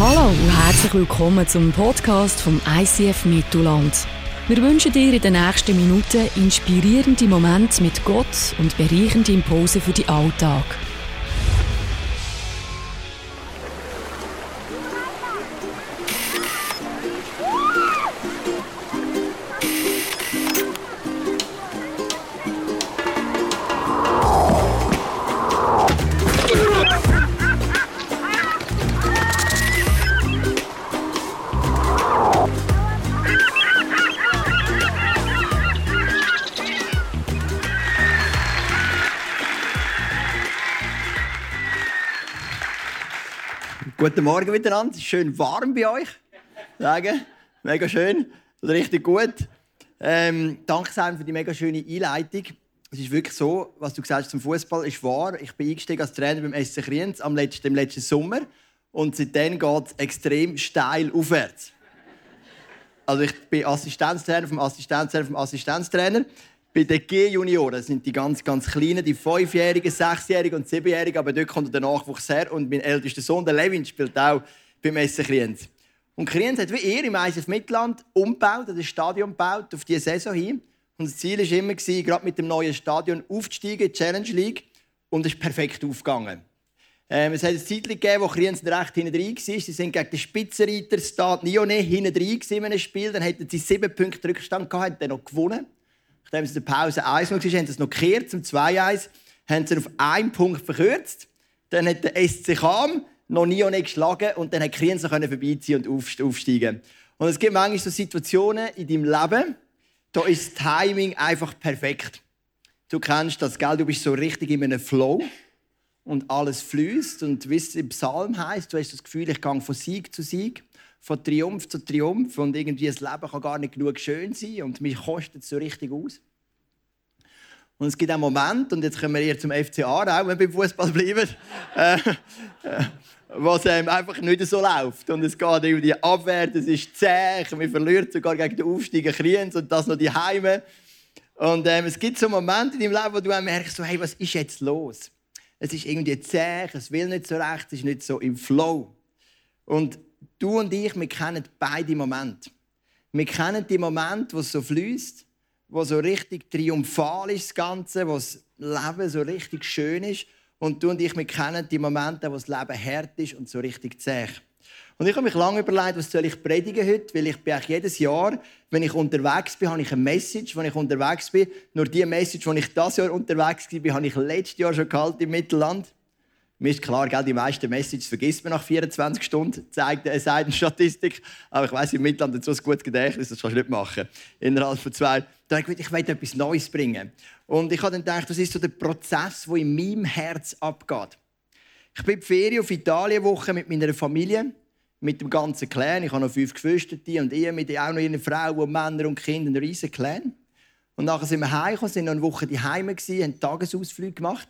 Hallo und herzlich willkommen zum Podcast vom ICF Mittelland. Wir wünschen dir in den nächsten Minuten inspirierende Momente mit Gott und bereichernde Impulse für den Alltag. Guten Morgen miteinander. Es ist schön warm bei euch. Sagen. Mega schön. Richtig gut. Danke Sam für die mega schöne Einleitung. Es ist wirklich so, was du gesagt hast zum Fußball ist wahr. Ich bin eingestiegen als Trainer beim SC Kriens im letzten Sommer. Und seitdem geht es extrem steil aufwärts. Also ich bin Assistenztrainer vom Assistenztrainer vom Assistenztrainer. Bei den G-Junioren, das sind die ganz Kleinen, die 5-Jährigen, 6-Jährigen und 7-Jährigen, aber dort kommt der Nachwuchs her. Und mein ältester Sohn, der Levin, spielt auch beim SC Kriens. Und Kriens hat wie ihr im ICF Mittelland umgebaut, das Stadion gebaut, auf diese Saison hin. Und das Ziel war immer, gerade mit dem neuen Stadion aufzusteigen in die Challenge League. Und es ist perfekt aufgegangen. Es hat eine Zeit gegeben, wo Kriens recht hinten drin war. Sie sind gegen den Spitzenreiter Stade Lyonnais hinten drin in einem Spiel. Dann hatten sie 7 Punkte Rückstand gehabt, haben dann noch gewonnen. Nachdem es in der Pause 1 war, haben sie es noch gekehrt zum 2-1, haben sie auf 1 Punkt verkürzt. Dann hat der SC Cham noch Lyonnais geschlagen und dann konnte Kriens vorbeiziehen und aufsteigen. Und es gibt manchmal so Situationen in deinem Leben, da ist das Timing einfach perfekt. Du kennst das, gell? Du bist so richtig in einem Flow und alles fließt. Und wie es im Psalm heisst, du hast das Gefühl, ich gehe von Sieg zu Sieg, von Triumph zu Triumph und irgendwie das Leben kann gar nicht genug schön sein und mich kostet es so richtig aus. Und es gibt einen Moment, und jetzt können wir eher zum FC Aarau, wenn wir beim Fußball bleiben, was einfach nicht so läuft. Und es geht um die Abwehr, das ist zäh, man verliert sogar gegen den Aufsteiger Kriens und das noch die Heime. Und es gibt so Momente in deinem Leben, wo du merkst, so, hey, was ist jetzt los? Es ist irgendwie zäh, es will nicht so recht, es ist nicht so im Flow. Und du und ich, wir kennen beide Momente. Wir kennen die Momente, wo es so fließt, wo so richtig triumphal ist, das Ganze, wo das Leben so richtig schön ist. Und du und ich, wir kennen die Momente, wo das Leben hart ist und so richtig zäh. Und ich habe mich lange überlegt, was soll ich predigen heute, weil ich bin eigentlich jedes Jahr, wenn ich unterwegs bin, habe ich eine Message, wenn ich unterwegs bin. Nur die Message, wenn ich dieses Jahr unterwegs war, habe ich letztes Jahr schon gehalten im Mittelland. Mir ist klar, die meisten Messages vergisst man nach 24 Stunden, sagt eine Statistik. Aber ich weiss, im Mittelland hat so ein gutes Gedächtnis, das kannst du nicht machen. Innerhalb von 2. Da habe ich will etwas Neues bringen. Und ich habe dann gedacht, das ist so der Prozess, der in meinem Herz abgeht. Ich bin in die Ferien auf Italienwoche mit meiner Familie, mit dem ganzen Clan. Ich habe noch 5 Geschwister und ich mit auch noch ihren Frauen und Männern und Kindern, einen riesen Clan. Und nachher sind wir heimgekommen, sind noch eine Woche daheim gewesen, haben Tagesausflüge gemacht.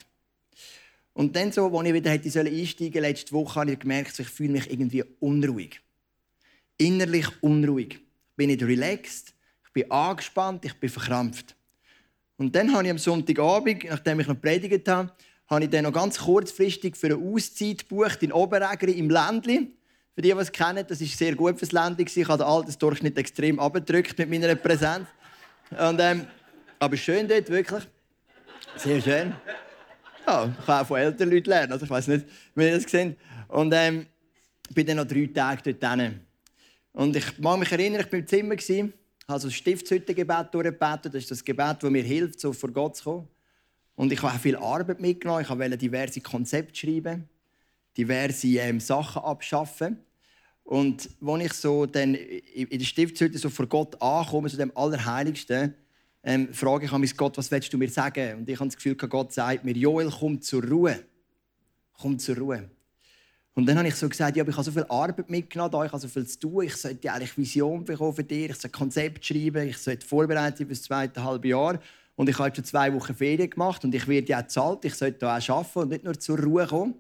Und dann, so, als ich wieder hätte einsteigen sollen, letzte Woche, habe ich gemerkt, ich fühle mich irgendwie unruhig. Innerlich unruhig. Ich bin nicht relaxed, ich bin angespannt, ich bin verkrampft. Und dann habe ich am Sonntagabend, nachdem ich noch predigt habe, habe ich dann noch ganz kurzfristig für eine Auszeit gebucht in Oberägeri im Ländli. Für die es kennen, das war sehr gut fürs Ländli. Ich habe den Altersdurchschnitt extrem abgedrückt mit meiner Präsenz. Und, aber schön dort, wirklich. Sehr schön. Ja, ich kann auch von älteren Leuten lernen. Also ich weiss nicht, wie ihr das seht. Und ich bin dann noch 3 Tage dort hin. Und ich mag mich erinnern, ich war im Zimmer, habe so das Stiftshüttengebet durchgebetet. Das ist das Gebet, das mir hilft, so vor Gott zu kommen. Und ich habe auch viel Arbeit mitgenommen. Ich wollte diverse Konzepte schreiben, diverse Sachen abschaffen. Und als ich so dann in der Stiftshütte so vor Gott ankomme, zu dem Allerheiligsten, frage ich an Gott, was willst du mir sagen? Und ich habe das Gefühl, Gott sagt mir, Joel, komm zur Ruhe. Komm zur Ruhe. Und dann habe ich so gesagt, ja, ich habe so viel Arbeit mitgenommen, ich habe so viel zu tun, ich sollte eigentlich Vision bekommen für dich, ich sollte Konzept schreiben, ich sollte vorbereitet sein für das 2. Halbjahr. Und ich habe jetzt schon 2 Wochen Ferien gemacht und ich werde ja auch bezahlt, ich sollte da auch arbeiten und nicht nur zur Ruhe kommen.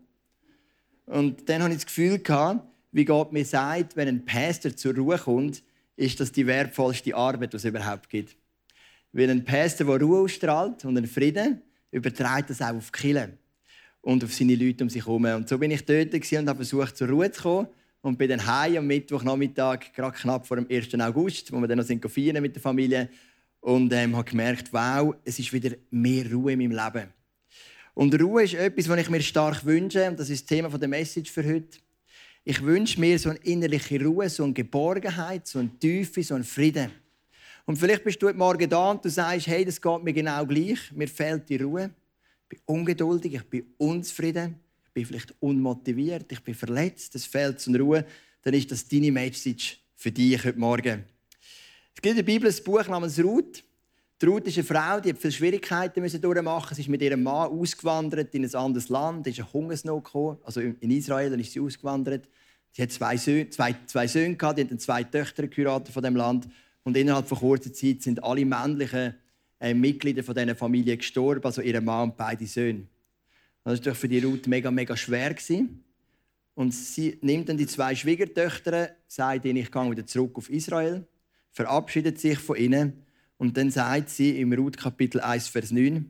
Und dann hatte ich das Gefühl, wie Gott mir sagt, wenn ein Pastor zur Ruhe kommt, ist das die wertvollste Arbeit, die es überhaupt gibt. Weil ein Pastor, der Ruhe ausstrahlt und einen Frieden, überträgt das auch auf die Kirche und auf seine Leute um sich herum. Und so bin ich dort und habe versucht, zur Ruhe zu kommen und bin dann heim am Mittwochnachmittag, gerade knapp vor dem 1. August, wo wir dann noch feiern mit der Familie. Und habe gemerkt, wow, es ist wieder mehr Ruhe in meinem Leben. Und Ruhe ist etwas, was ich mir stark wünsche. Und das ist das Thema der Message für heute. Ich wünsche mir so eine innerliche Ruhe, so eine Geborgenheit, so eine Tiefe, so einen Frieden. Und vielleicht bist du heute Morgen da und du sagst, hey, das geht mir genau gleich. Mir fehlt die Ruhe. Ich bin ungeduldig, ich bin unzufrieden, ich bin vielleicht unmotiviert, ich bin verletzt, es fehlt so eine Ruhe. Dann ist das deine Message für dich heute Morgen. Es gibt in der Bibel ein Buch namens Ruth. Die Ruth ist eine Frau, die hat viele Schwierigkeiten durchmachen. Sie ist mit ihrem Mann ausgewandert in ein anderes Land. Es ist eine Hungersnot gekommen. Also in Israel ist sie ausgewandert. Sie hat zwei Söhne gehabt, die hatten 2 Töchter geheiratet von dem Land. Und innerhalb von kurzer Zeit sind alle männlichen Mitglieder von dieser Familie gestorben, also ihr Mann und beide Söhne. Das war für die Ruth mega, mega schwer. Und sie nimmt dann die 2 Schwiegertöchter, sagt ihnen, ich gehe wieder zurück auf Israel, verabschiedet sich von ihnen und dann sagt sie im Ruth Kapitel 1, Vers 9,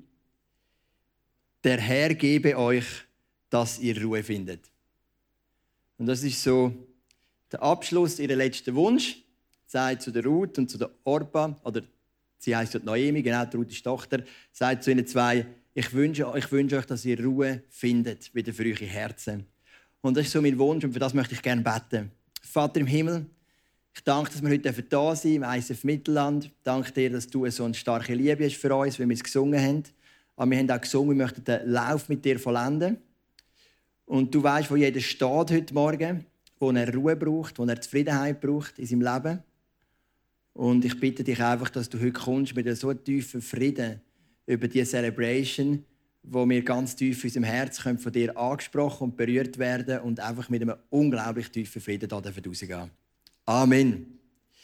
der Herr gebe euch, dass ihr Ruhe findet. Und das ist so der Abschluss, ihr letzter Wunsch. Sagt zu der Ruth und zu der Orpa, oder sie heisst Noemi, genau, die Ruth ist Tochter, sagt zu ihnen 2, ich wünsche euch, dass ihr Ruhe findet, wieder für eure Herzen. Und das ist so mein Wunsch und für das möchte ich gerne beten. Vater im Himmel, ich danke, dass wir heute da sind im ICF Mittelland. Ich danke dir, dass du so eine starke Liebe hast für uns, wie wir es gesungen haben. Aber wir haben auch gesungen, wir möchten den Lauf mit dir vollenden. Und du weißt, wo jeder steht heute Morgen, wo er Ruhe braucht, wo er Zufriedenheit braucht in seinem Leben. Und ich bitte dich einfach, dass du heute kommst mit einem so tiefen Frieden über diese Celebration, wo wir ganz tief in unserem Herz von dir angesprochen und berührt werden und einfach mit einem unglaublich tiefen Frieden da rausgehen. Amen.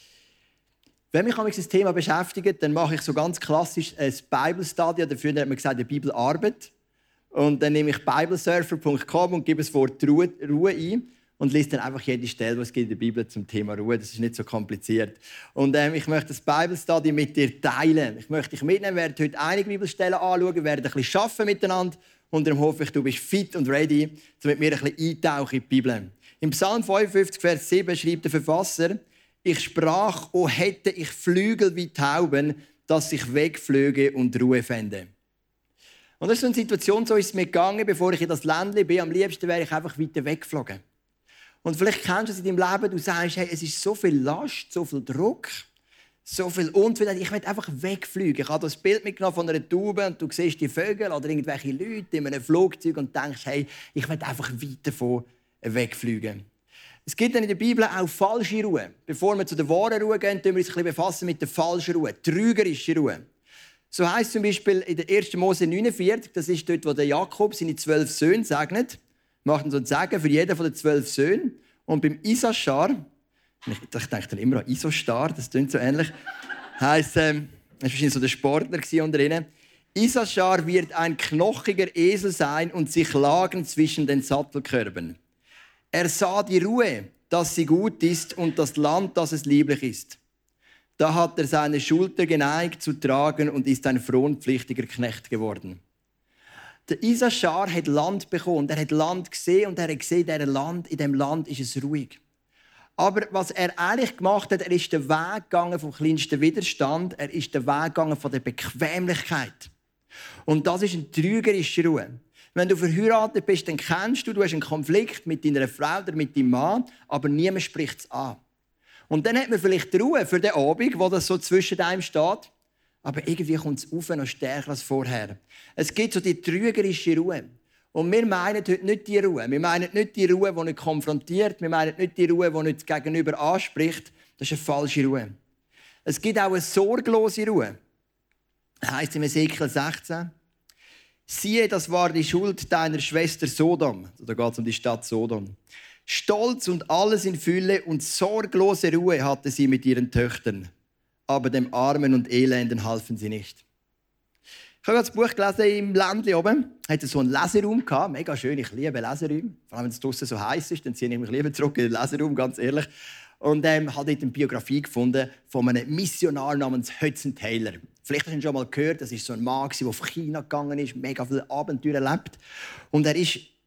Wenn mich das Thema beschäftigt, dann mache ich so ganz klassisch ein Bible Study, oder früher hat man gesagt, eine Bibelarbeit. Und dann nehme ich biblesurfer.com und gebe das Wort Ruhe ein und lese dann einfach jede Stelle, die es gibt in der Bibel zum Thema Ruhe. Das ist nicht so kompliziert. Und ich möchte das Bible Study mit dir teilen. Ich möchte dich mitnehmen, wir werden heute einige Bibelstellen anschauen, wir werden ein bisschen arbeiten miteinander und darum hoffe ich, du bist fit und ready, damit wir ein bisschen eintauchen in die Bibel. Im Psalm 55, Vers 7 schreibt der Verfasser, ich sprach, oh hätte ich Flügel wie Tauben, dass ich wegflöge und Ruhe fände. Und das ist so eine Situation, so ist es mir gegangen, bevor ich in das Ländchen bin. Am liebsten wäre ich einfach weiter weggeflogen. Und vielleicht kennst du es in deinem Leben, du sagst, hey, es ist so viel Last, so viel Druck, so viel Unzufriedenheit. Ich will einfach wegfliegen. Ich habe das Bild mitgenommen von einer Taube und du siehst die Vögel oder irgendwelche Leute in einem Flugzeug und denkst, hey, ich will einfach weit davon wegfliegen. Es gibt dann in der Bibel auch falsche Ruhe. Bevor wir zu der wahren Ruhe gehen, befassen wir uns ein bisschen mit der falschen Ruhe, trügerische Ruhe. So heisst zum Beispiel in der 1. Mose 49, das ist dort, wo der Jakob seine 12 Söhne segnet, macht so ein Segen für jeden von den 12 Söhnen. Und beim Isaschar, ich denke dann immer an Isostar, das klingt so ähnlich, heisst, das war wahrscheinlich so der Sportler unter ihnen, Isaschar wird ein knochiger Esel sein und sich lagen zwischen den Sattelkörben. Er sah die Ruhe, dass sie gut ist, und das Land, dass es lieblich ist. Da hat er seine Schulter geneigt zu tragen und ist ein fronpflichtiger Knecht geworden. Der Isaschar hat Land bekommen. Er hat Land gesehen und er hat gesehen, in diesem Land ist es ruhig. Aber was er eigentlich gemacht hat, er ist den Weg gegangen vom kleinsten Widerstand. Er ist den Weg gegangen von der Bequemlichkeit. Und das ist eine trügerische Ruhe. Wenn du verheiratet bist, dann kennst du hast einen Konflikt mit deiner Frau oder mit deinem Mann, aber niemand spricht es an. Und dann hat man vielleicht die Ruhe für den Abend, wo das so zwischen einem steht. Aber irgendwie kommt es auf noch stärker als vorher. Es gibt so die trügerische Ruhe. Und wir meinen heute nicht die Ruhe. Wir meinen nicht die Ruhe, die nicht konfrontiert. Wir meinen nicht die Ruhe, die nicht das Gegenüber anspricht. Das ist eine falsche Ruhe. Es gibt auch eine sorglose Ruhe. Das heisst in Ezekiel 16, siehe, das war die Schuld deiner Schwester Sodom. Da geht es um die Stadt Sodom. Stolz und alles in Fülle und sorglose Ruhe hatte sie mit ihren Töchtern. Aber dem Armen und Elenden halfen sie nicht. Ich habe das Buch gelesen im Ländli oben. Hatte so einen Leseraum gehabt. Mega schön, ich liebe Leseräume. Vor allem, wenn es draussen so heiß ist, dann ziehe ich mich lieber zurück in den Leseraum, ganz ehrlich. Und habe dort eine Biografie gefunden von einem Missionar namens Hudson Taylor. Vielleicht hast du ihn schon mal gehört. Das ist so ein Mann, der auf China gegangen ist, mega viele Abenteuer erlebt. Und er ist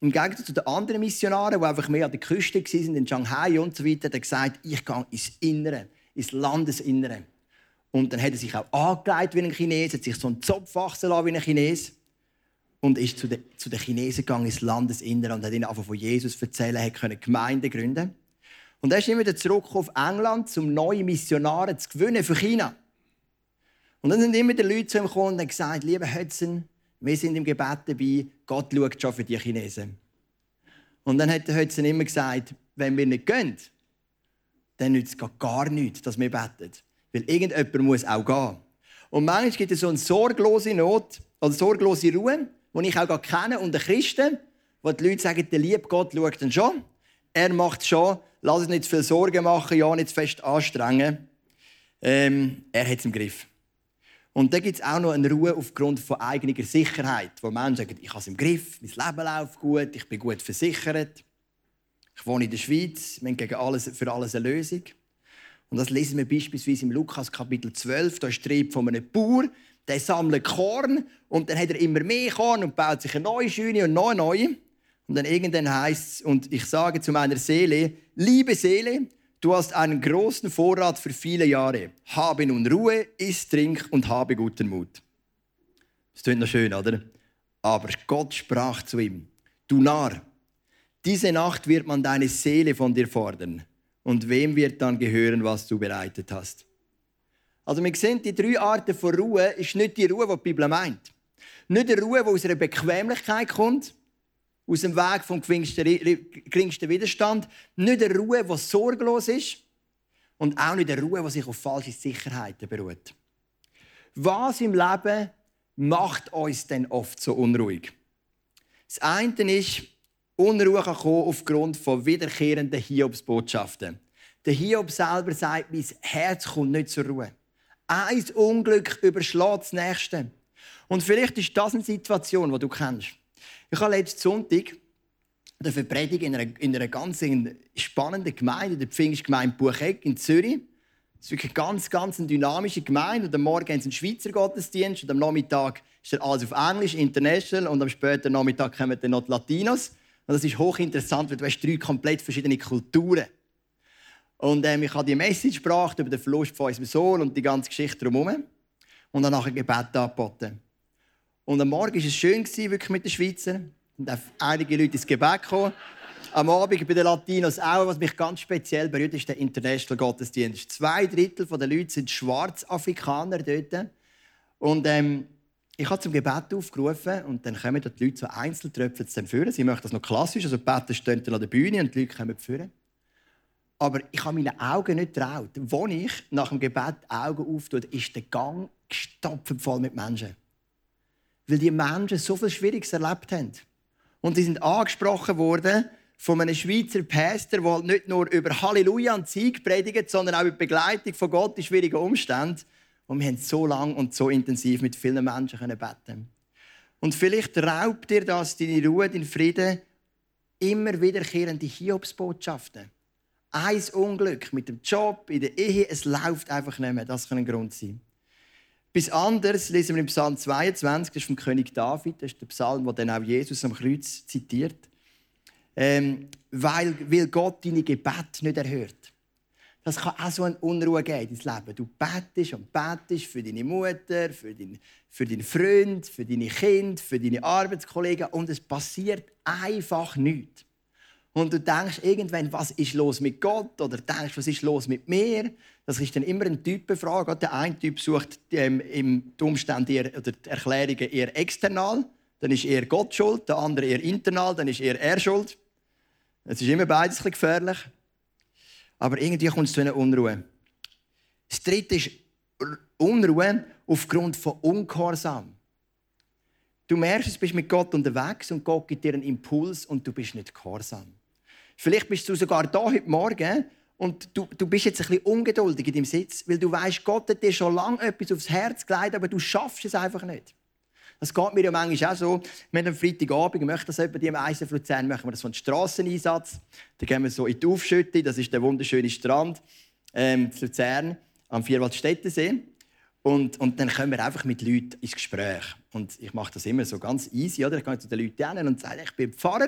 im Gegensatz zu den anderen Missionaren, die einfach mehr an der Küste waren, in Shanghai und so weiter, hat er gesagt, ich gehe ins Innere, ins Landesinnere. Und dann hat er sich auch angelegt wie ein Chines, hat sich so einen Zopf wachsen lassen wie ein Chines und ist zu den Chinesen gegangen, ins Landesinnere und hat ihnen einfach von Jesus erzählen, er konnte Gemeinden gründen. Und er ist immer wieder zurück auf England, um neue Missionare zu gewinnen für China. Und dann sind immer die Leute zu ihm gekommen und haben gesagt, lieber Hudson, wir sind im Gebet dabei, Gott schaut schon für die Chinesen. Und dann hat der Hudson immer gesagt, wenn wir nicht gehen, dann nützt es gar nichts, dass wir beten. Weil irgendjemand muss auch gehen. Und manchmal gibt es so eine sorglose Not oder sorglose Ruhe, die ich auch kenne unter Christen, wo die Leute sagen, der liebe Gott schaut dann schon. Er macht es schon. Lass uns nicht zu viel Sorgen machen, ja, nicht zu fest anstrengen. Er hat es im Griff. Und dann gibt es auch noch eine Ruhe aufgrund von eigener Sicherheit, wo Menschen sagen, ich habe es im Griff, mein Leben läuft gut, ich bin gut versichert. Ich wohne in der Schweiz, wir haben für alles eine Lösung. Und das lesen wir beispielsweise im Lukas Kapitel 12. Da ist die Rede von einem Bauer, der sammelt Korn und dann hat er immer mehr Korn und baut sich eine neue Scheune und noch eine neue. Und dann irgendwann heisst es, und ich sage zu meiner Seele, liebe Seele, du hast einen großen Vorrat für viele Jahre. Habe nun Ruhe, iss, trink und habe guten Mut. Das klingt noch schön, oder? Aber Gott sprach zu ihm, du Narr, diese Nacht wird man deine Seele von dir fordern. Und wem wird dann gehören, was du bereitet hast? Also wir sehen, die 3 Arten von Ruhe ist nicht die Ruhe, die die Bibel meint. Nicht eine Ruhe, die aus einer Bequemlichkeit kommt, aus dem Weg vom geringsten Widerstand. Nicht eine Ruhe, die sorglos ist. Und auch nicht eine Ruhe, die sich auf falsche Sicherheiten beruht. Was im Leben macht uns denn oft so unruhig? Das eine ist, Unruhe kann kommen aufgrund von wiederkehrenden Hiobsbotschaften. Der Hiob selber sagt, mein Herz kommt nicht zur Ruhe. Ein Unglück überschlägt das Nächste. Und vielleicht ist das eine Situation, die du kennst. Ich habe letzten Sonntag eine Predigt in einer ganz spannenden Gemeinde, der Pfingstgemeinde Bucheck in Zürich. Es ist wirklich eine ganz dynamische Gemeinde. Und am Morgen haben sie einen Schweizer Gottesdienst und am Nachmittag ist dann alles auf Englisch, international, und am späten Nachmittag kommen dann noch die Latinos. Und das ist hochinteressant, weil du hast 3 komplett verschiedene Kulturen. Und ich habe die Message gebracht über den Verlust von unserem Sohn und die ganze Geschichte drumherum. Und dann nachher ein Gebet angeboten. Und am Morgen war es schön, wirklich mit den Schweizern. Und auch einige Leute ins Gebet gekommen. Am Abend bei den Latinos auch. Was mich ganz speziell berührt, ist der International Gottesdienst. 2 Drittel der Leute sind Schwarzafrikaner dort. Und ich habe zum Gebet aufgerufen und dann kommen die Leute so Einzeltröpfchen zu führen. Sie möchten das noch klassisch, also die Beter stehen dann an der Bühne und die Leute kommen führen. Aber ich habe meine Augen nicht getraut. Als ich nach dem Gebet die Augen auftue, ist der Gang gestopft voll mit Menschen. Weil die Menschen so viel Schwieriges erlebt haben. Und sie sind angesprochen worden von einem Schweizer Pastor, der nicht nur über Halleluja und Sieg predigt, sondern auch über die Begleitung von Gott in schwierigen Umständen. Und wir haben so lange und so intensiv mit vielen Menschen beten. Und vielleicht raubt dir das deine Ruhe, deinen Frieden, immer wiederkehrende Hiobsbotschaften. Ein Unglück mit dem Job, in der Ehe, es läuft einfach nicht mehr. Das kann ein Grund sein. Bis anders lesen wir im Psalm 22, das ist vom König David, das ist der Psalm, der dann auch Jesus am Kreuz zitiert. Weil Gott deine Gebete nicht erhört. Das kann auch so eine Unruhe geben ins Leben. Du betest und betest für deine Mutter, für deinen Freund, für deine Kinder, für deine Arbeitskollegen und es passiert einfach nichts. Und du denkst irgendwann, was ist los mit Gott? Oder denkst, was ist los mit mir? Das ist dann immer eine Typenfrage. Der eine Typ sucht im Umstand oder die Erklärungen eher external. Dann ist eher Gott schuld. Der andere eher internal. Dann ist eher er schuld. Es ist immer beides ein bisschen gefährlich. Aber irgendwie kommt es zu einer Unruhe. Das dritte ist Unruhe aufgrund von Ungehorsam. Du merkst, du bist mit Gott unterwegs und Gott gibt dir einen Impuls und du bist nicht gehorsam. Vielleicht bist du sogar da heute Morgen und du bist jetzt ein bisschen ungeduldig in deinem Sitz, weil du weißt, Gott hat dir schon lange etwas aufs Herz gelegt, aber du schaffst es einfach nicht. Das geht mir ja manchmal auch so. Wir haben am Freitagabend, ich möchte das jemand im ISF Luzern, machen wir das so einen Strasseneinsatz. Da gehen wir so in die Aufschütte, das ist der wunderschöne Strand in Luzern am Vierwaldstättensee. Und dann kommen wir einfach mit Leuten ins Gespräch. Und ich mache das immer so ganz easy. Oder? Ich gehe zu den Leuten hin und sage, ich bin Pfarrer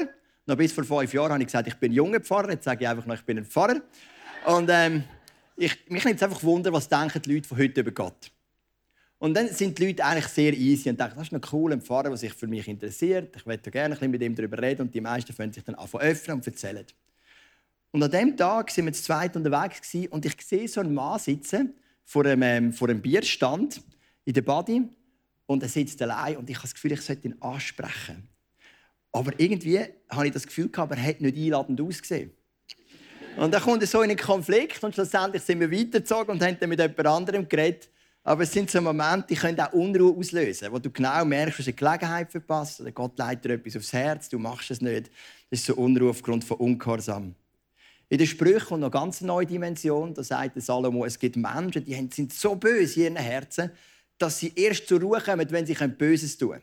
Noch bis vor 5 Jahren habe ich gesagt, ich bin junger Pfarrer. Jetzt sage ich einfach noch, ich bin ein Pfarrer. Und mich nimmt es einfach Wunder, was denken die Leute von heute über Gott. Und dann sind die Leute eigentlich sehr easy und denken, das ist ein cooler Pfarrer, der sich für mich interessiert. Ich möchte gerne ein bisschen mit ihm darüber reden. Und die meisten fangen sich dann an zu öffnen und erzählen. Und an diesem Tag waren wir zu zweit unterwegs und ich sehe so einen Mann sitzen vor einem Bierstand in der Badi. Und er sitzt allein und ich habe das Gefühl, ich sollte ihn ansprechen. Aber irgendwie habe ich das Gefühl, er hat nicht einladend ausgesehen. Und dann kommt er so in einen Konflikt und schlussendlich sind wir weitergezogen und haben dann mit jemand anderem geredet. Aber es sind so Momente, die können auch Unruhe auslösen, wo du genau merkst, du hast eine Gelegenheit verpasst oder Gott leitet dir etwas aufs Herz, du machst es nicht. Das ist so Unruhe aufgrund von Ungehorsam. In den Sprüchen kommt noch eine ganz neue Dimension. Da sagt Salomo, es gibt Menschen, die sind so böse in ihren Herzen, dass sie erst zur Ruhe kommen, wenn sie Böses tun können.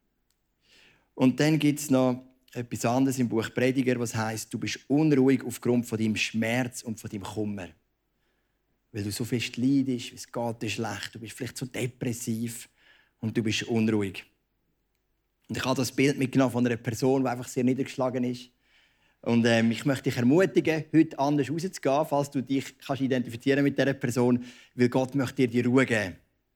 Und dann gibt es noch etwas anderes im Buch Prediger, was heisst, du bist unruhig aufgrund von deinem Schmerz und von deinem Kummer. Weil du so fest leidest, es geht dir schlecht, du bist vielleicht so depressiv und du bist unruhig. Und ich habe das Bild mitgenommen von einer Person, die einfach sehr niedergeschlagen ist. Und ich möchte dich ermutigen, heute anders rauszugehen, falls du dich identifizieren mit dieser Person, weil Gott möchte dir die Ruhe geben.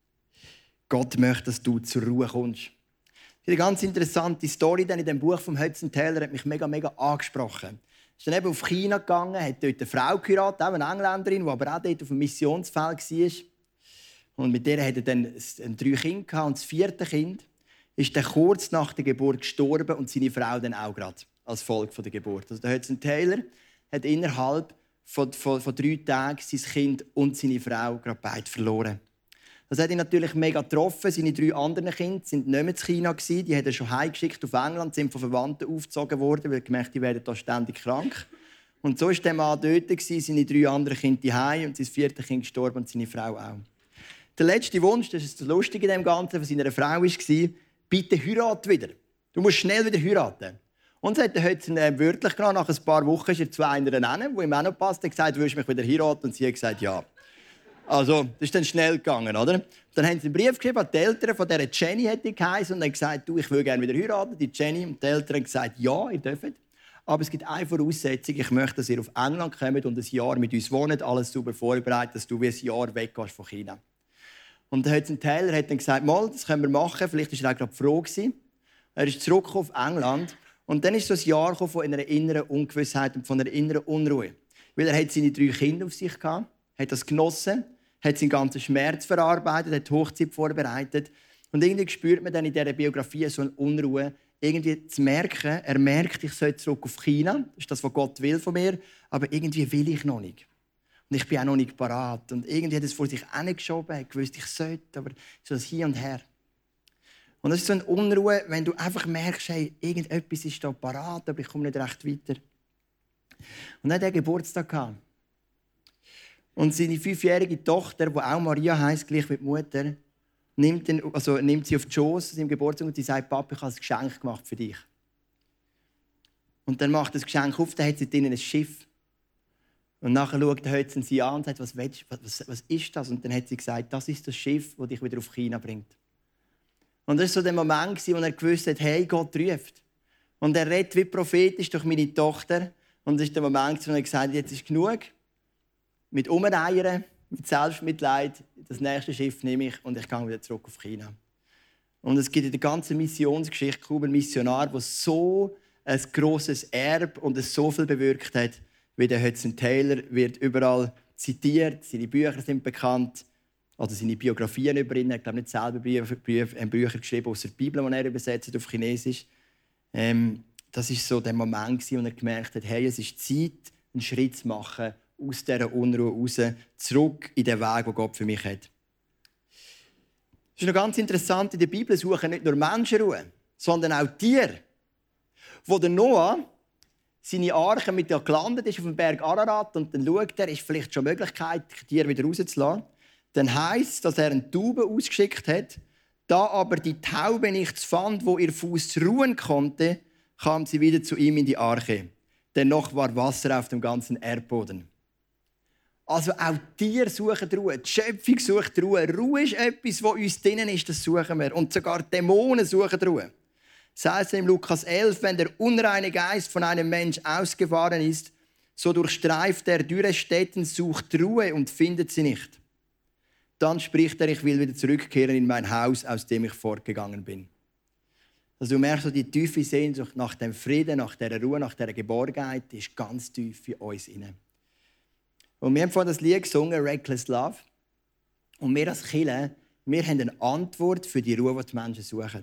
Gott möchte, dass du zur Ruhe kommst. Eine ganz interessante Story in dem Buch von Hudson Taylor hat mich mega angesprochen. Er ist dann eben auf China gegangen, hat dort eine Frau geheiratet, auch eine Engländerin, die aber auch dort auf dem Missionsfeld war. Und mit der hatte er dann 3 Kinder gehabt. Und das 4. Kind ist dann kurz nach der Geburt gestorben und seine Frau dann auch gerade als Folge der Geburt. Also der Hudson Taylor hat innerhalb von 3 Tagen sein Kind und seine Frau gerade beide verloren. Das hat ihn natürlich mega getroffen. Seine 3 anderen Kinder waren nicht mehr in China. Die hat er schon heimgeschickt auf England, sind von Verwandten aufgezogen worden, weil er gemerkt, die werden da ständig krank. Und so war der Mann dort, seine 3 anderen Kinder daheim und sein 4. Kind gestorben und seine Frau auch. Der letzte Wunsch, das ist das Lustige in dem Ganzen, von seiner Frau war, bitte heirat wieder. Du musst schnell wieder heiraten. Und so hat er heute wörtlich genommen, nach ein paar Wochen ist er zu einer nennen, die ihm auch noch passt. Er hat gesagt, willst du mich wieder heiraten? Und sie hat gesagt, ja. Also, das ist dann schnell gegangen, oder? Dann haben sie einen Brief geschrieben an die Eltern von dieser Jenny, hätte geheißen, und haben gesagt, du, ich will gerne wieder heiraten. Die Jenny und die Eltern haben gesagt, ja, ihr dürft. Aber es gibt eine Voraussetzung, ich möchte, dass ihr auf England kommt und ein Jahr mit uns wohnt, alles sauber vorbereitet, dass du wie ein Jahr weggehst von China. Und der Hudson Taylor hat dann gesagt, mal, das können wir machen. Vielleicht war er auch gerade froh gewesen. Er ist zurück auf England. Und dann ist so ein Jahr von einer inneren Ungewissheit und von einer inneren Unruhe. Weil er hat seine 3 Kinder auf sich gehabt, hat das genossen, hat seinen ganzen Schmerz verarbeitet, hat die Hochzeit vorbereitet. Und irgendwie spürt man dann in dieser Biografie so eine Unruhe, irgendwie zu merken, er merkt, ich soll zurück auf China. Das ist das, was Gott will von mir. Aber irgendwie will ich noch nicht. Und ich bin auch noch nicht parat. Und irgendwie hat es vor sich hingeschoben, hat gewusst, ich sollte, aber so das Hin und Her. Und das ist so eine Unruhe, wenn du einfach merkst, hey, irgendetwas ist da parat, aber ich komme nicht recht weiter. Und dann hat er Geburtstag gehabt. Und seine 5-jährige Tochter, die auch Maria heisst, gleich wie die Mutter, nimmt sie auf die Schoß an seinem Geburtstag und sie sagt, Papa, ich habe ein Geschenk gemacht für dich. Und dann macht das Geschenk auf, dann hat sie drinnen ein Schiff. Und nachher schaut der Hudson sie an und sagt, was ist das? Und dann hat sie gesagt, das ist das Schiff, das dich wieder auf China bringt. Und das war so der Moment, wo er gewusst hat, hey, Gott ruft. Und er redet wie prophetisch durch meine Tochter. Und das ist der Moment, wo er gesagt hat, jetzt ist genug. Mit Umreiern, mit Selbstmitleid, das nächste Schiff nehme ich und ich gehe wieder zurück auf China. Und es gibt in der ganzen Missionsgeschichte kaum einen Missionar, der so ein grosses Erbe und so viel bewirkt hat, wie der Hudson Taylor. Wird überall zitiert, seine Bücher sind bekannt, oder seine Biografien über ihn. Er hat, glaube ich, nicht selber Bücher geschrieben, außer die Bibel, die er übersetzt auf Chinesisch. Das war so der Moment, wo er gemerkt hat, hey, es ist Zeit, einen Schritt zu machen, aus dieser Unruhe raus, zurück in den Weg, den Gott für mich hat. Es ist noch ganz interessant, in der Bibel suchen nicht nur Menschen Ruhe, sondern auch Tiere. Wo der Noah seine Arche mit dir gelandet ist auf dem Berg Ararat und dann schaut er, ist vielleicht schon Möglichkeit, die Tiere wieder rauszulassen. Dann heisst es, dass er eine Taube ausgeschickt hat. Da aber die Taube nichts fand, wo ihr Fuß ruhen konnte, kam sie wieder zu ihm in die Arche. Denn noch war Wasser auf dem ganzen Erdboden. Also auch Tiere suchen Ruhe, die Schöpfung sucht Ruhe. Ruhe ist etwas, was uns drinnen ist, das suchen wir. Und sogar Dämonen suchen Ruhe. Es heißt im Lukas 11, wenn der unreine Geist von einem Mensch ausgefahren ist, so durchstreift er dürre Städten, sucht Ruhe und findet sie nicht. Dann spricht er, ich will wieder zurückkehren in mein Haus, aus dem ich fortgegangen bin. Also du merkst, so die tiefe Sehnsucht nach dem Frieden, nach dieser Ruhe, nach dieser Geborgenheit, die ist ganz tief in uns inne. Und wir haben vorhin das Lied gesungen, «Reckless Love». Und wir als Kirche, wir haben eine Antwort für die Ruhe, die die Menschen suchen.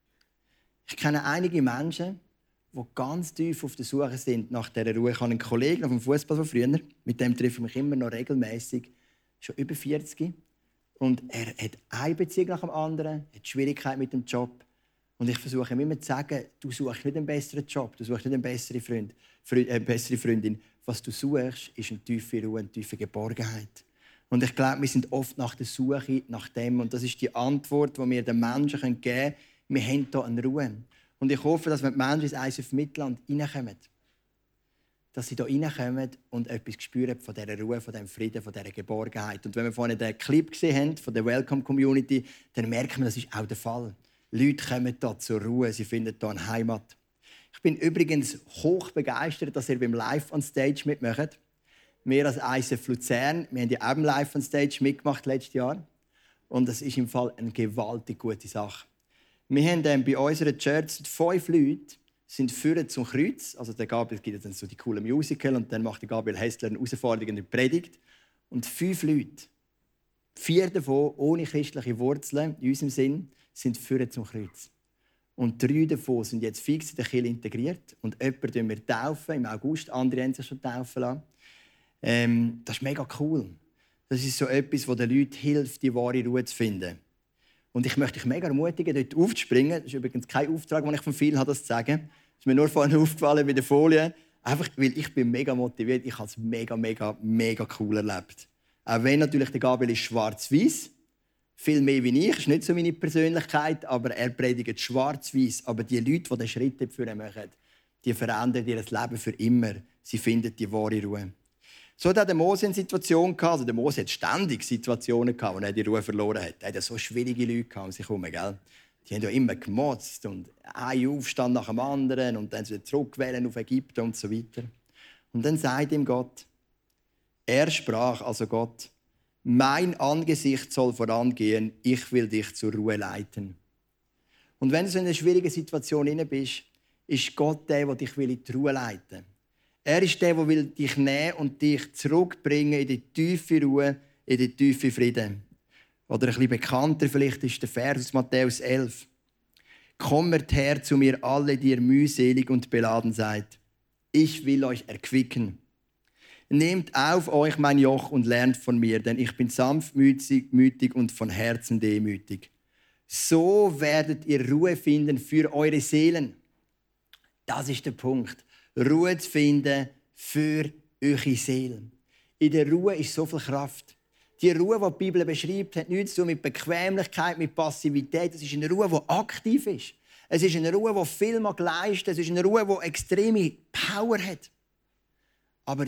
Ich kenne einige Menschen, die ganz tief auf der Suche sind nach dieser Ruhe. Ich habe einen Kollegen auf dem Fußball von früher, mit dem treffe ich mich immer noch regelmäßig, schon über 40. Und er hat eine Beziehung nach dem anderen, hat Schwierigkeiten mit dem Job. Und ich versuche ihm immer zu sagen, du suchst nicht einen besseren Job, du suchst nicht eine bessere Freundin. Was du suchst, ist eine tiefe Ruhe, eine tiefe Geborgenheit. Und ich glaube, wir sind oft nach der Suche nach dem. Und das ist die Antwort, die wir den Menschen geben können. Wir haben hier eine Ruhe. Und ich hoffe, dass wenn die Menschen ins ICF Mittelland reinkommen, dass sie hier reinkommen und etwas spüren von dieser Ruhe, von diesem Frieden, von dieser Geborgenheit. Und wenn wir vorhin den Clip gesehen haben von der Welcome Community, dann merken wir, das ist auch der Fall. Leute kommen hier zur Ruhe, sie finden hier eine Heimat. Ich bin übrigens hoch begeistert, dass ihr beim Live on Stage mitmacht. Wir als ICF Luzern, wir haben ja auch beim Live on Stage mitgemacht letztes Jahr. Und das ist im Fall eine gewaltig gute Sache. Wir haben bei unserer Church 5 Leute, sind führen zum Kreuz. Also der Gabriel gibt dann so die coolen Musical und dann macht der Gabriel Hessler eine herausfordernde Predigt. Und 5 Leute, 4 davon ohne christliche Wurzeln, in unserem Sinn, sind führen zum Kreuz. Und 3 davon sind jetzt fix in der Kirche integriert. Und jemanden wir taufen im August, andere haben sich schon taufen lassen. Das ist mega cool. Das ist so etwas, das den Leuten hilft, die wahre Ruhe zu finden. Und ich möchte dich mega ermutigen, dort aufzuspringen. Das ist übrigens kein Auftrag, den ich von vielen habe, das zu sagen. Das ist mir nur vorhin aufgefallen bei der Folie. Einfach, weil ich bin mega motiviert. Ich habe es mega cool erlebt. Auch wenn natürlich der Gabriel ist schwarz-weiß, viel mehr wie ich. Das ist nicht so meine Persönlichkeit, aber er predigt schwarz-weiß. Aber die Leute, die den Schritt dafür machen, die verändern ihr Leben für immer. Sie finden die wahre Ruhe. So hat auch der Mose eine Situation gehabt. Also der Mose hat ständig Situationen gehabt, wo er die Ruhe verloren hat. Er hat ja so schwierige Leute um sich herum, gell? Die haben ja immer gemotzt und ein Aufstand nach dem anderen und dann wieder zurückwählen auf Ägypten und so weiter. Und dann sagt ihm Gott, er sprach, also Gott, mein Angesicht soll vorangehen, ich will dich zur Ruhe leiten. Und wenn du so in einer schwierigen Situation bist, ist Gott der dich in die Ruhe leiten will. Er ist der dich nehmen und dich zurückbringen in die tiefe Ruhe, in die tiefe Frieden. Oder ein bisschen bekannter vielleicht ist der Vers aus Matthäus 11. Kommt her zu mir alle, die ihr mühselig und beladen seid. Ich will euch erquicken. Nehmt auf euch mein Joch und lernt von mir, denn ich bin sanftmütig und von Herzen demütig. So werdet ihr Ruhe finden für eure Seelen. Das ist der Punkt. Ruhe zu finden für eure Seelen. In der Ruhe ist so viel Kraft. Die Ruhe, die die Bibel beschreibt, hat nichts zu tun mit Bequemlichkeit, mit Passivität. Es ist eine Ruhe, die aktiv ist. Es ist eine Ruhe, die viel leistet. Es ist eine Ruhe, die extreme Power hat. Aber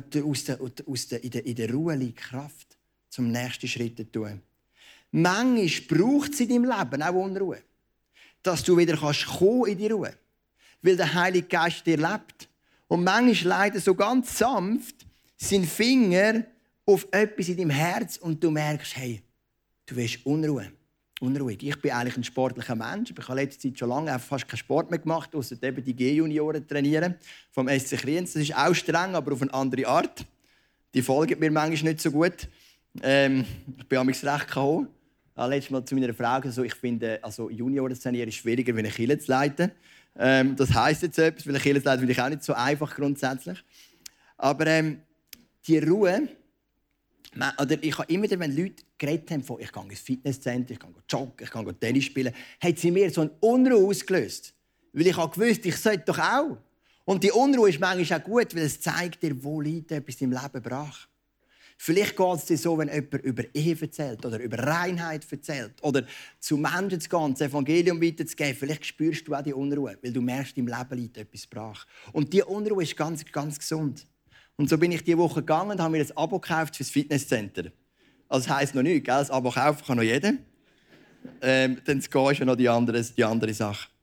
in der Ruhe liegt Kraft, zum nächsten Schritt zu tun. Manchmal braucht es in deinem Leben auch Unruhe, dass du wieder kommen in die Ruhe, weil der Heilige Geist dir lebt. Und manchmal leidet so ganz sanft sein Finger auf etwas in deinem Herz und du merkst, hey, du willst unruhig. Ich bin eigentlich ein sportlicher Mensch. Ich habe letzte Zeit schon lange fast keinen Sport mehr gemacht, ausser eben die G-Junioren trainieren vom SC Kriens. Das ist auch streng, aber auf eine andere Art. Die folgen mir manchmal nicht so gut. Ich bin manchmal recht K.O. Letztes Mal zu meiner Frau gesagt, ich finde, also Junioren zu trainieren ist schwieriger, wie eine Kirche zu leiten. Das heisst jetzt etwas, weil eine Kirche zu leiten finde ich auch nicht so einfach grundsätzlich. Aber die Ruhe, oder ich habe immer, wenn Leute geredet haben von ich gehe ins Fitnesscenter, ich gehe joggen, ich gehe Tennis spielen, hat sie mir so eine Unruhe ausgelöst. Weil ich habe gewusst, ich sollte doch auch. Und die Unruhe ist manchmal auch gut, weil es zeigt dir, wo liegt etwas im Leben brach. Vielleicht geht es dir so, wenn jemand über Ehe erzählt oder über Reinheit erzählt oder zu Menschen zu gehen, das Evangelium weiterzugeben. Vielleicht spürst du auch die Unruhe, weil du merkst, im Leben liegt etwas brach. Und diese Unruhe ist ganz gesund. Und so bin ich diese Woche gegangen und habe mir ein Abo gekauft für das Fitnesscenter. Also das heisst noch nichts, gell? Das Abo kaufen kann noch jeder. Dann ist ja noch die andere Sache.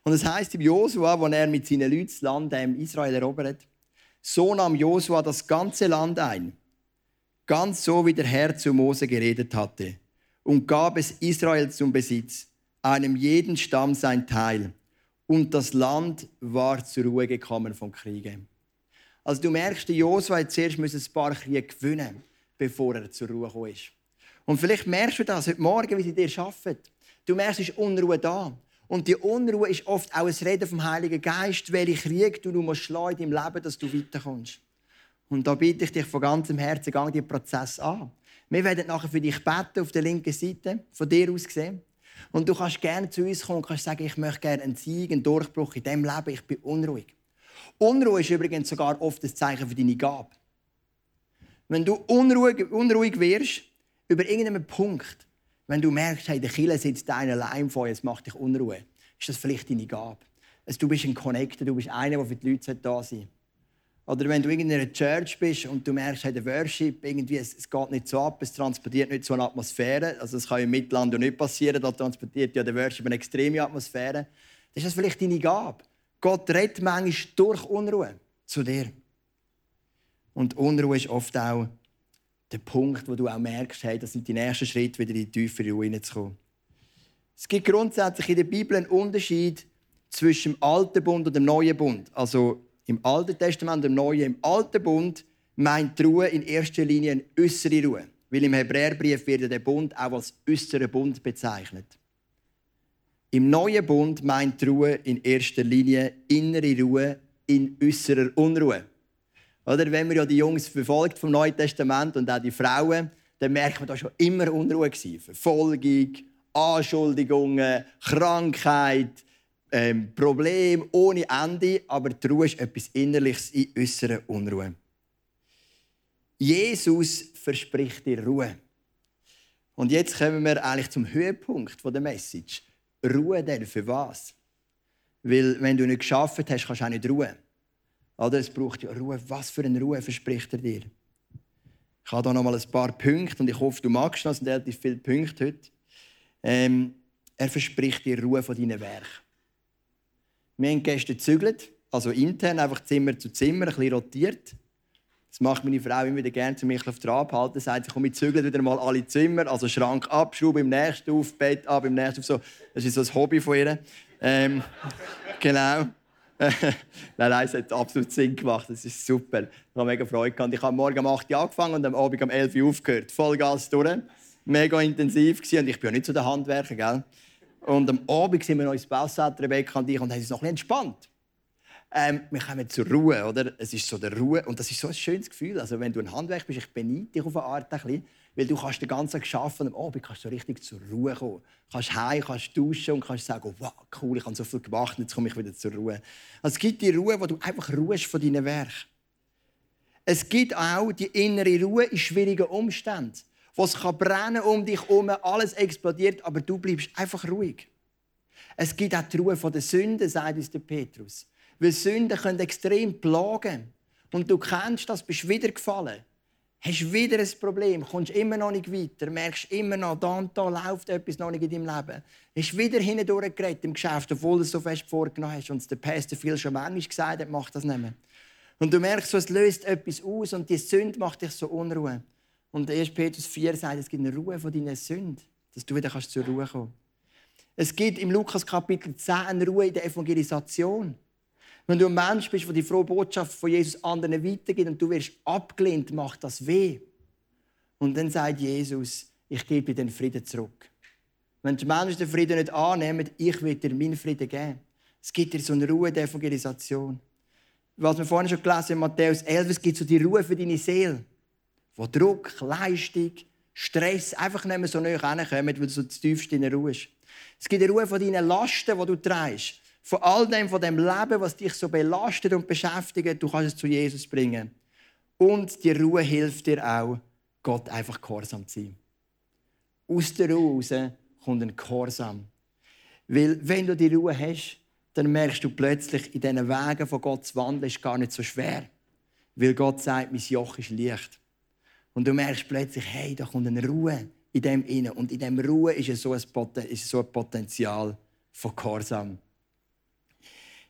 Und es heisst im Josua, als er mit seinen Leuten das Land Israel erobert, so nahm Josua das ganze Land ein, ganz so wie der Herr zu Mose geredet hatte, und gab es Israel zum Besitz, einem jeden Stamm sein Teil. Und das Land war zur Ruhe gekommen vom Kriege. Also du merkst, Josua hat zuerst ein paar Kriege gewinnen, bevor er zur Ruhe gekommen ist. Und vielleicht merkst du das heute Morgen, wie sie dir arbeiten. Du merkst, es ist Unruhe da. Und die Unruhe ist oft auch ein Reden vom Heiligen Geist, welche Krieg du musst schlagen in deinem Leben, dass du weiterkommst. Und da bitte ich dich von ganzem Herzen, gang diesen Prozess an. Wir werden nachher für dich beten, auf der linken Seite, von dir aus gesehen. Und du kannst gerne zu uns kommen und kannst sagen, ich möchte gerne einen Sieg, einen Durchbruch in diesem Leben, ich bin unruhig. Unruhe ist übrigens sogar oft ein Zeichen für deine Gabe. Wenn du unruhig wirst, über irgendeinen Punkt, wenn du merkst, hey, der Killer sitzt einer allein vor dir, es macht dich Unruhe, ist das vielleicht deine Gabe. Also, du bist ein Connector, du bist einer, der für die Leute da sein sollte. Oder wenn du in einer Church bist und du merkst, hey, der Worship, irgendwie, es geht nicht so ab, es transportiert nicht so eine Atmosphäre. Also das kann im Mittelland ja nicht passieren, da transportiert ja der Worship eine extreme Atmosphäre. Dann ist das vielleicht deine Gabe. Gott redet manchmal durch Unruhe zu dir. Und Unruhe ist oft auch der Punkt, wo du auch merkst, hey, das sind die nächsten Schritte, wieder in die tiefere Ruhe hineinzukommen. Es gibt grundsätzlich in der Bibel einen Unterschied zwischen dem Alten Bund und dem Neuen Bund. Also im Alten Testament und im Neuen. Im Alten Bund meint die Ruhe in erster Linie eine äußere Ruhe. Weil im Hebräerbrief wird der Bund auch als äußerer Bund bezeichnet. Im Neuen Bund meint die Ruhe in erster Linie innere Ruhe in äußerer Unruhe. Oder wenn man ja die Jungs verfolgt vom Neuen Testament und auch die Frauen, dann merkt man, da schon immer Unruhe gewesen. Verfolgung, Anschuldigungen, Krankheit, Problem ohne Ende, aber die Ruhe ist etwas Innerliches in äußerer Unruhe. Jesus verspricht dir Ruhe. Und jetzt kommen wir eigentlich zum Höhepunkt der Message. Ruhe denn für was? Weil wenn du nicht geschafft hast, kannst du auch nicht ruhen. Oder es braucht ja Ruhe. Was für eine Ruhe verspricht er dir? Ich habe hier noch mal ein paar Punkte und ich hoffe, du magst das. Es sind relativ viele Punkte heute. Er verspricht dir Ruhe von deinen Werken. Wir haben gestern gezügelt, also intern, einfach Zimmer zu Zimmer, ein bisschen rotiert. Das macht meine Frau immer wieder gerne, zu mich auf den Trab halten. Sie sagt, komm, ich zügle wieder mal alle Zimmer, also Schrank ab, Schraube im nächsten auf, Bett ab, im nächsten auf. So. Das ist so ein Hobby von ihr. Genau. Nein, es hat absolut Sinn gemacht. Das ist super. Ich habe mega Freude gehabt. Ich habe morgen um 8 Uhr angefangen und am Abend um 11 Uhr aufgehört. Vollgas durch. Mega intensiv gewesen. Und ich bin ja nicht so der Handwerker, gell? Und am Abend sind wir noch ins Bausett, Rebecca und ich, und haben uns noch ein bisschen entspannt. Wir kommen zur Ruhe, oder? Es ist so der Ruhe. Und das ist so ein schönes Gefühl. Also, wenn du ein Handwerker bist, ich beneide dich auf eine Art ein bisschen, weil du kannst den ganzen Tag arbeiten und am Abend kannst du so richtig zur Ruhe kommen. Du kannst heim, kannst duschen und kannst sagen, wow, cool, ich habe so viel gemacht, jetzt komme ich wieder zur Ruhe. Also, es gibt die Ruhe, wo du einfach ruhest von deinen Werken. Es gibt auch die innere Ruhe in schwierigen Umständen, wo es brennen um dich herum, alles explodiert, aber du bleibst einfach ruhig. Es gibt auch die Ruhe von der Sünde, sagt uns der Petrus. Weil Sünden können extrem plagen. Und du kennst das, bist wieder gefallen. Hast wieder ein Problem, kommst immer noch nicht weiter, merkst immer noch, da und da läuft etwas noch nicht in deinem Leben. Hast wieder hindurchgeredet im Geschäft, obwohl du es so fest vorgenommen hast. Und der Pastor viel schon manchmal gesagt hat, mach das nicht mehr. Und du merkst, es löst etwas aus und die Sünde macht dich so Unruhe. Und 1. Petrus 4 sagt, es gibt eine Ruhe von deinen Sünden, dass du wieder zur Ruhe kommen kannst. Es gibt im Lukas Kapitel 10 eine Ruhe in der Evangelisation. Wenn du ein Mensch bist, der die frohe Botschaft von Jesus anderen weitergibt und du wirst abgelehnt, macht das weh. Und dann sagt Jesus, ich gebe dir den Frieden zurück. Wenn die Menschen den Frieden nicht annehmen, ich will dir meinen Frieden geben. Es gibt dir so eine Ruhe der Evangelisation. Was wir vorhin schon gelesen haben, in Matthäus 11, es gibt so die Ruhe für deine Seele, wo Druck, Leistung, Stress einfach nicht mehr so nahe hinkommen, weil du so tiefst in der Ruhe bist. Es gibt eine Ruhe von deinen Lasten, die du trägst. Von all dem, von dem Leben, was dich so belastet und beschäftigt, du kannst es zu Jesus bringen. Und die Ruhe hilft dir auch, Gott einfach gehorsam zu sein. Aus der Ruhe raus kommt ein Gehorsam. Weil, wenn du die Ruhe hast, dann merkst du plötzlich, in diesen Wegen von Gott zu wandeln, ist gar nicht so schwer. Weil Gott sagt, mein Joch ist leicht. Und du merkst plötzlich, hey, da kommt eine Ruhe in dem inne. Und in dieser Ruhe ist so ein Potenzial von Gehorsam.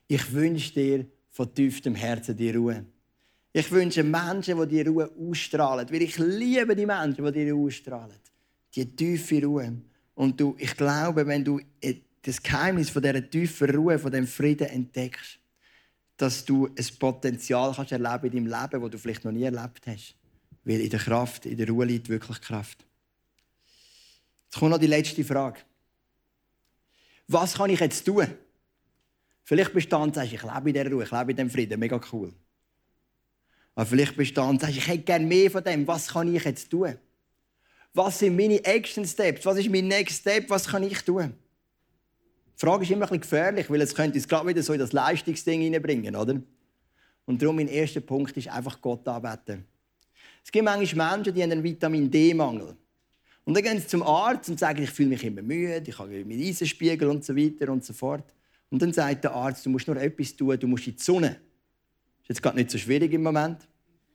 Ich wünsche dir von tiefstem Herzen die Ruhe. Ich wünsche Menschen, die die Ruhe ausstrahlen. Weil ich liebe die Menschen, die die Ruhe ausstrahlen. Die tiefe Ruhe. Und ich glaube, wenn du das Geheimnis von dieser tiefen Ruhe, von diesem Frieden entdeckst, dass du ein Potenzial kannst erleben in deinem Leben, das du vielleicht noch nie erlebt hast. Weil in der Kraft, in der Ruhe liegt wirklich Kraft. Jetzt kommt noch die letzte Frage. Was kann ich jetzt tun? Vielleicht bist du da und sagst, ich lebe in dieser Ruhe, ich lebe in diesem Frieden, mega cool. Aber vielleicht bist du da und sagst, ich hätte gerne mehr von dem. Was kann ich jetzt tun? Was sind meine Action Steps? Was ist mein Next Step? Was kann ich tun? Die Frage ist immer ein bisschen gefährlich, weil es könnte uns gerade wieder so in das Leistungsding hineinbringen, oder? Und darum mein erster Punkt ist einfach Gott anbeten. Es gibt manchmal Menschen, die haben einen Vitamin-D-Mangel. Und dann gehen sie zum Arzt und sagen, ich fühle mich immer müde, ich habe meinen Eisenspiegel und so weiter und so fort. Und dann sagt der Arzt, du musst nur etwas tun, du musst in die Sonne. Das ist jetzt gerade nicht so schwierig im Moment.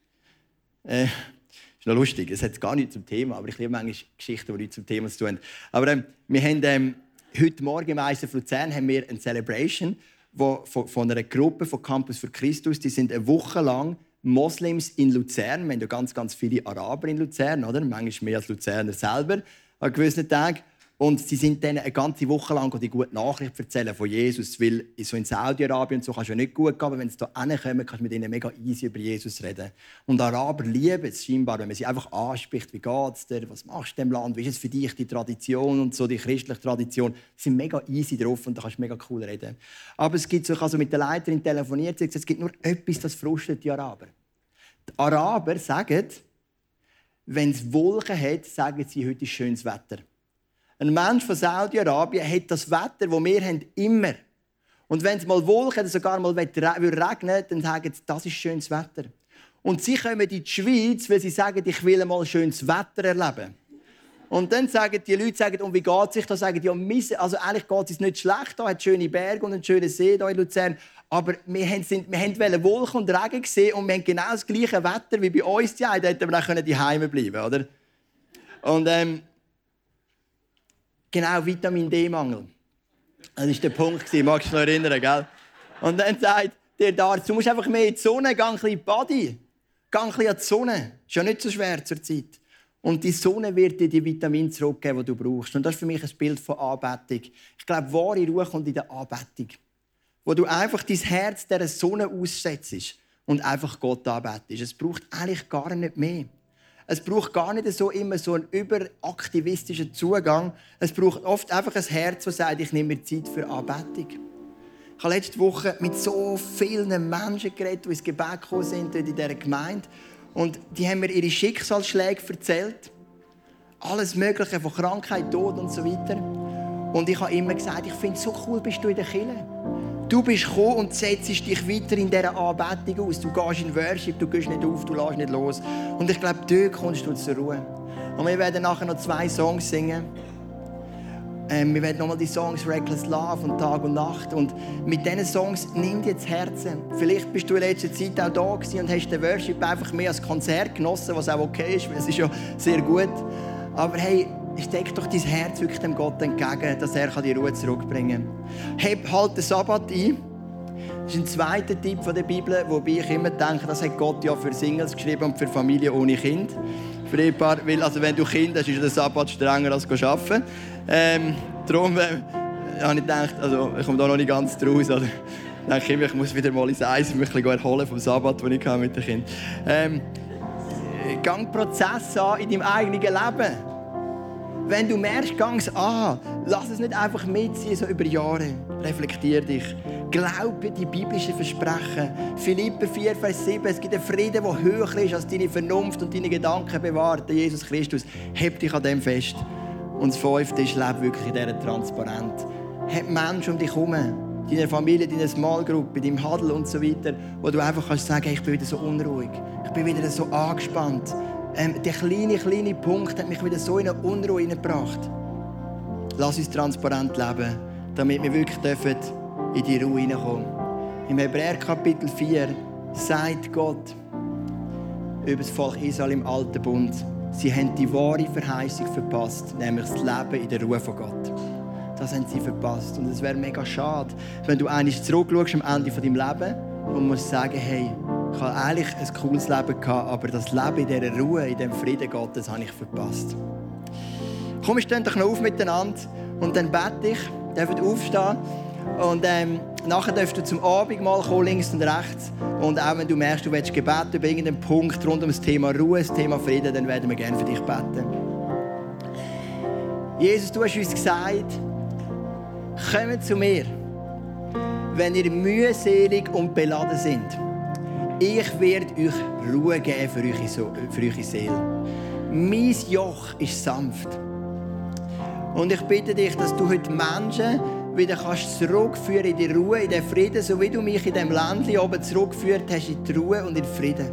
Ist noch lustig, es hat gar nichts zum Thema, aber ich liebe manchmal Geschichten, die nichts zum Thema zu tun haben. Aber wir haben heute Morgen im ICF Luzern haben wir eine Celebration von einer Gruppe von Campus für Christus. Die sind eine Woche lang Moslems in Luzern. Wir haben ja ganz, ganz viele Araber in Luzern, oder? Manchmal mehr als Luzerner selber an gewissen Tagen. Und sie sind dann eine ganze Woche lang die gute Nachricht erzählen von Jesus. Weil so in Saudi-Arabien und so kannst du ja nicht gut gehen, aber wenn sie hier hinkommen, kannst du mit ihnen mega easy über Jesus reden. Und Araber lieben es scheinbar, wenn man sie einfach anspricht, wie geht es dir, was machst du in diesem Land, wie ist es für dich, die Tradition und so, die christliche Tradition. Sie sind mega easy drauf und da kannst du mega cool reden. Aber es gibt so, ich habe mit der Leiterin telefoniert, sie hat gesagt, es gibt nur etwas, das frustet die Araber. Die Araber sagen, wenn es Wolken hat, sagen sie, heute ist schönes Wetter. Ein Mensch von Saudi-Arabien hat das Wetter, das wir haben, immer. Und wenn es mal Wolken oder sogar mal regnen, dann sagen sie, das ist schönes Wetter. Und sie kommen in die Schweiz, weil sie sagen, ich will mal schönes Wetter erleben. Und dann sagen die Leute, und wie geht es sich da? Sagen die, also eigentlich geht es nicht schlecht, da hat schöne Berge und einen schönen See hier in Luzern. Aber wir wollten Wolken und Regen sehen und wir haben genau das gleiche Wetter wie bei uns. Ja, da hätten wir auch die Heime bleiben, oder? Und genau, Vitamin-D-Mangel. Das war der Punkt, magst du dich noch erinnern, gell? Und dann sagt der Arzt, du musst einfach mehr in die Sonne, geh ein bisschen in die Body. Geh ein bisschen in die Sonne. Ist ja nicht so schwer zur Zeit. Und die Sonne wird dir die Vitamine zurückgeben, die du brauchst. Und das ist für mich ein Bild von Anbetung. Ich glaube, wahre Ruhe kommt in der Anbetung. Wo du einfach dein Herz dieser Sonne aussetzt und einfach Gott anbetest. Es braucht eigentlich gar nicht mehr. Es braucht gar nicht immer so einen überaktivistischen Zugang. Es braucht oft einfach ein Herz, das sagt, ich nehme mir Zeit für Anbetung. Ich habe letzte Woche mit so vielen Menschen geredet, die ins Gebet gekommen sind in dieser Gemeinde. Und die haben mir ihre Schicksalsschläge erzählt. Alles Mögliche, von Krankheit, Tod und so weiter. Und ich habe immer gesagt, ich finde es so cool, bist du in der Kirche. Du bist gekommen und setzt dich weiter in dieser Anbetung aus. Du gehst in Worship, du gehst nicht auf, du lässt nicht los. Und ich glaube, dort kommst du zur Ruhe. Und wir werden nachher noch 2 Songs singen. Wir werden nochmal die Songs «Reckless Love» und «Tag und Nacht». Und mit diesen Songs nimm dir das Herzen. Vielleicht bist du in letzter Zeit auch da gewesen und hast den Worship einfach mehr als Konzert genossen, was auch okay ist, weil es ist ja sehr gut. Aber hey, steck doch dein Herz wirklich dem Gott entgegen, dass er die Ruhe zurückbringen kann. Halt den Sabbat ein. Das ist ein zweiter Tipp von der Bibel, wobei ich immer denke, das hat Gott ja für Singles geschrieben und für Familien ohne Kind. Für Ehepaar, weil also wenn du Kind hast, ist der Sabbat strenger als arbeiten. Darum habe ich gedacht, also ich komme da noch nicht ganz draus. Also, ich denke immer, ich muss wieder mal ins Eis mich ein bisschen erholen vom Sabbat, den ich mit den Kindern. Gang Prozess an in deinem eigenen Leben. Wenn du merkst, gang es an. Lass es nicht einfach mitziehen, so über Jahre. Reflektier dich. Glaube die biblischen Versprechen. Philipper 4, Vers 7. Es gibt einen Frieden, der höher ist als deine Vernunft und deine Gedanken bewahrt. Jesus Christus. Heb dich an dem fest. Und das 5. ist, lebe wirklich in dieser Transparenz. Hab Menschen um dich herum. Deiner Familie, deiner Small Group, in deinem Huddle und so weiter. Wo du einfach kannst sagen, ich bin wieder so unruhig. Ich bin wieder so angespannt. Der kleine Punkt hat mich wieder so in eine Unruhe hineingebracht. Lass uns transparent leben, damit wir wirklich in die Ruhe hineinkommen. Im Hebräer Kapitel 4 sagt Gott über das Volk Israel im Alten Bund, sie haben die wahre Verheißung verpasst, nämlich das Leben in der Ruhe von Gott. das haben sie verpasst. Und es wäre mega schade, wenn du einmal zurückschaust am Ende von deinem Leben und musst sagen, hey, ich habe eigentlich ein cooles Leben gehabt, aber das Leben in dieser Ruhe, in diesem Frieden Gottes, habe ich verpasst. Komm, wir stehen doch noch auf miteinander und dann bete ich, dürft aufstehen und nachher darfst du zum Abendmahl kommen, links und rechts. Und auch wenn du merkst, du willst Gebet über irgendeinen Punkt rund um das Thema Ruhe, das Thema Frieden, dann werden wir gerne für dich beten. Jesus, du hast uns gesagt, kommt zu mir, wenn ihr mühselig und beladen seid. Ich werde euch Ruhe geben für eure Seele. Mein Joch ist sanft. Und ich bitte dich, dass du heute Menschen wieder zurückführen in die Ruhe, in den Frieden, so wie du mich in diesem Ländchen oben zurückgeführt hast, in die Ruhe und in den Frieden.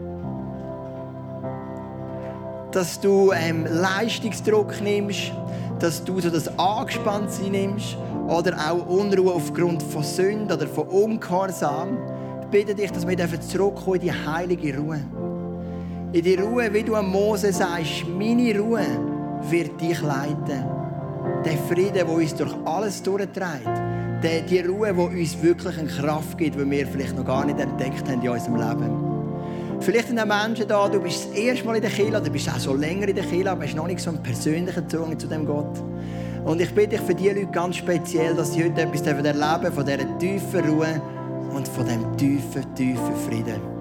Dass du Leistungsdruck nimmst, dass du so das Angespanntsein nimmst oder auch Unruhe aufgrund von Sünde oder von Ungehorsam. Ich bitte dich, dass wir zurückkommen in die heilige Ruhe. In die Ruhe, wie du an Mose sagst, meine Ruhe wird dich leiten. Der Frieden, der uns durch alles durchträgt. Die Ruhe, die uns wirklich eine Kraft gibt, die wir vielleicht noch gar nicht entdeckt haben in unserem Leben. Vielleicht sind auch Menschen da, du bist das erste Mal in der Kirche, oder du bist auch schon länger in der Kirche, aber hast noch nicht so einen persönlichen Zugang zu dem Gott. Und ich bitte dich für diese Leute ganz speziell, dass sie heute etwas erleben dürfen von dieser tiefen Ruhe und von diesem tiefen Frieden.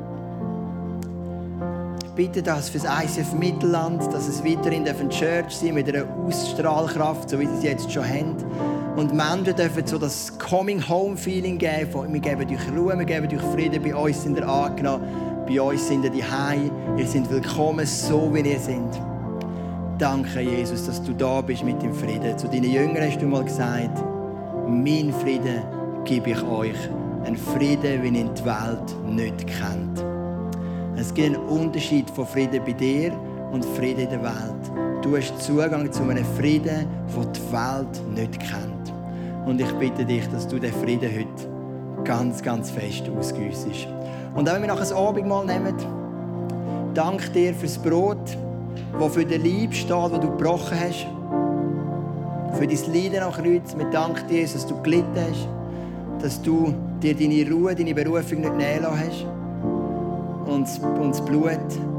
Ich bitte das für das ICF Mittelland, dass es weiterhin eine Church sein mit einer Ausstrahlkraft, so wie sie es jetzt schon haben. Und Menschen dürfen so das Coming-Home-Feeling geben, von wir geben euch Ruhe, wir geben euch Frieden, bei uns sind ihr angenommen, bei uns sind ihr daheim, ihr seid willkommen, so wie ihr seid. Danke, Jesus, dass du da bist mit dem Frieden. Zu deinen Jüngern hast du mal gesagt, mein Frieden gebe ich euch, einen Frieden, wie ihn die Welt nicht kennt. Es gibt einen Unterschied von Frieden bei dir und Frieden in der Welt. Du hast Zugang zu einem Frieden, den die Welt nicht kennt. Und ich bitte dich, dass du den Frieden heute ganz, ganz fest ausgüssest. Und auch wenn wir nachher das Abendmahl nehmen, danke dir für das Brot, das für den Leib steht, das du gebrochen hast. Für dein Leiden am Kreuz. Wir danken dir, dass du gelitten hast, dass du dir deine Ruhe, deine Berufung nicht nehmen lassen hast. Und das Blut,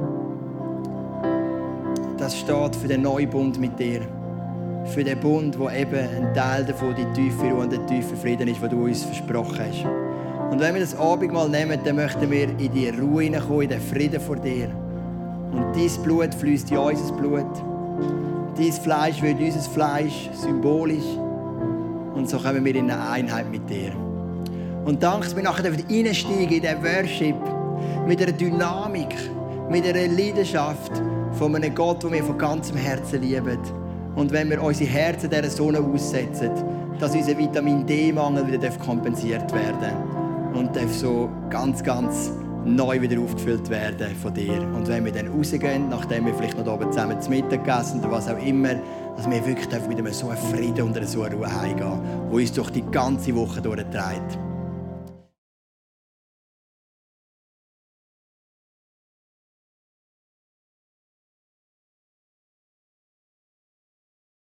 das steht für den Neubund mit dir. Für den Bund, wo eben ein Teil davon die tiefe Ruhe und der tiefe Frieden ist, den du uns versprochen hast. Und wenn wir das Abendmahl nehmen, dann möchten wir in die Ruhe hineinkommen, in den Frieden vor dir. Und dein Blut fließt in unser Blut. Dein Fleisch wird unser Fleisch, symbolisch. Und so kommen wir in eine Einheit mit dir. Und danke, dass wir nachher reinsteigen in diesen Worship mit einer Dynamik, mit einer Leidenschaft von einem Gott, den wir von ganzem Herzen lieben. Und wenn wir unsere Herzen dieser Sonne aussetzen, dass unser Vitamin D-Mangel wieder kompensiert werden darf. Und darf so ganz, ganz neu wieder aufgefüllt werden von dir. Und wenn wir dann rausgehen, nachdem wir vielleicht noch oben zusammen zu Mittag gegessen oder was auch immer, dass wir wirklich wieder mit so einem Frieden und so einer Ruhe heimgehen, die uns durch die ganze Woche durchträgt.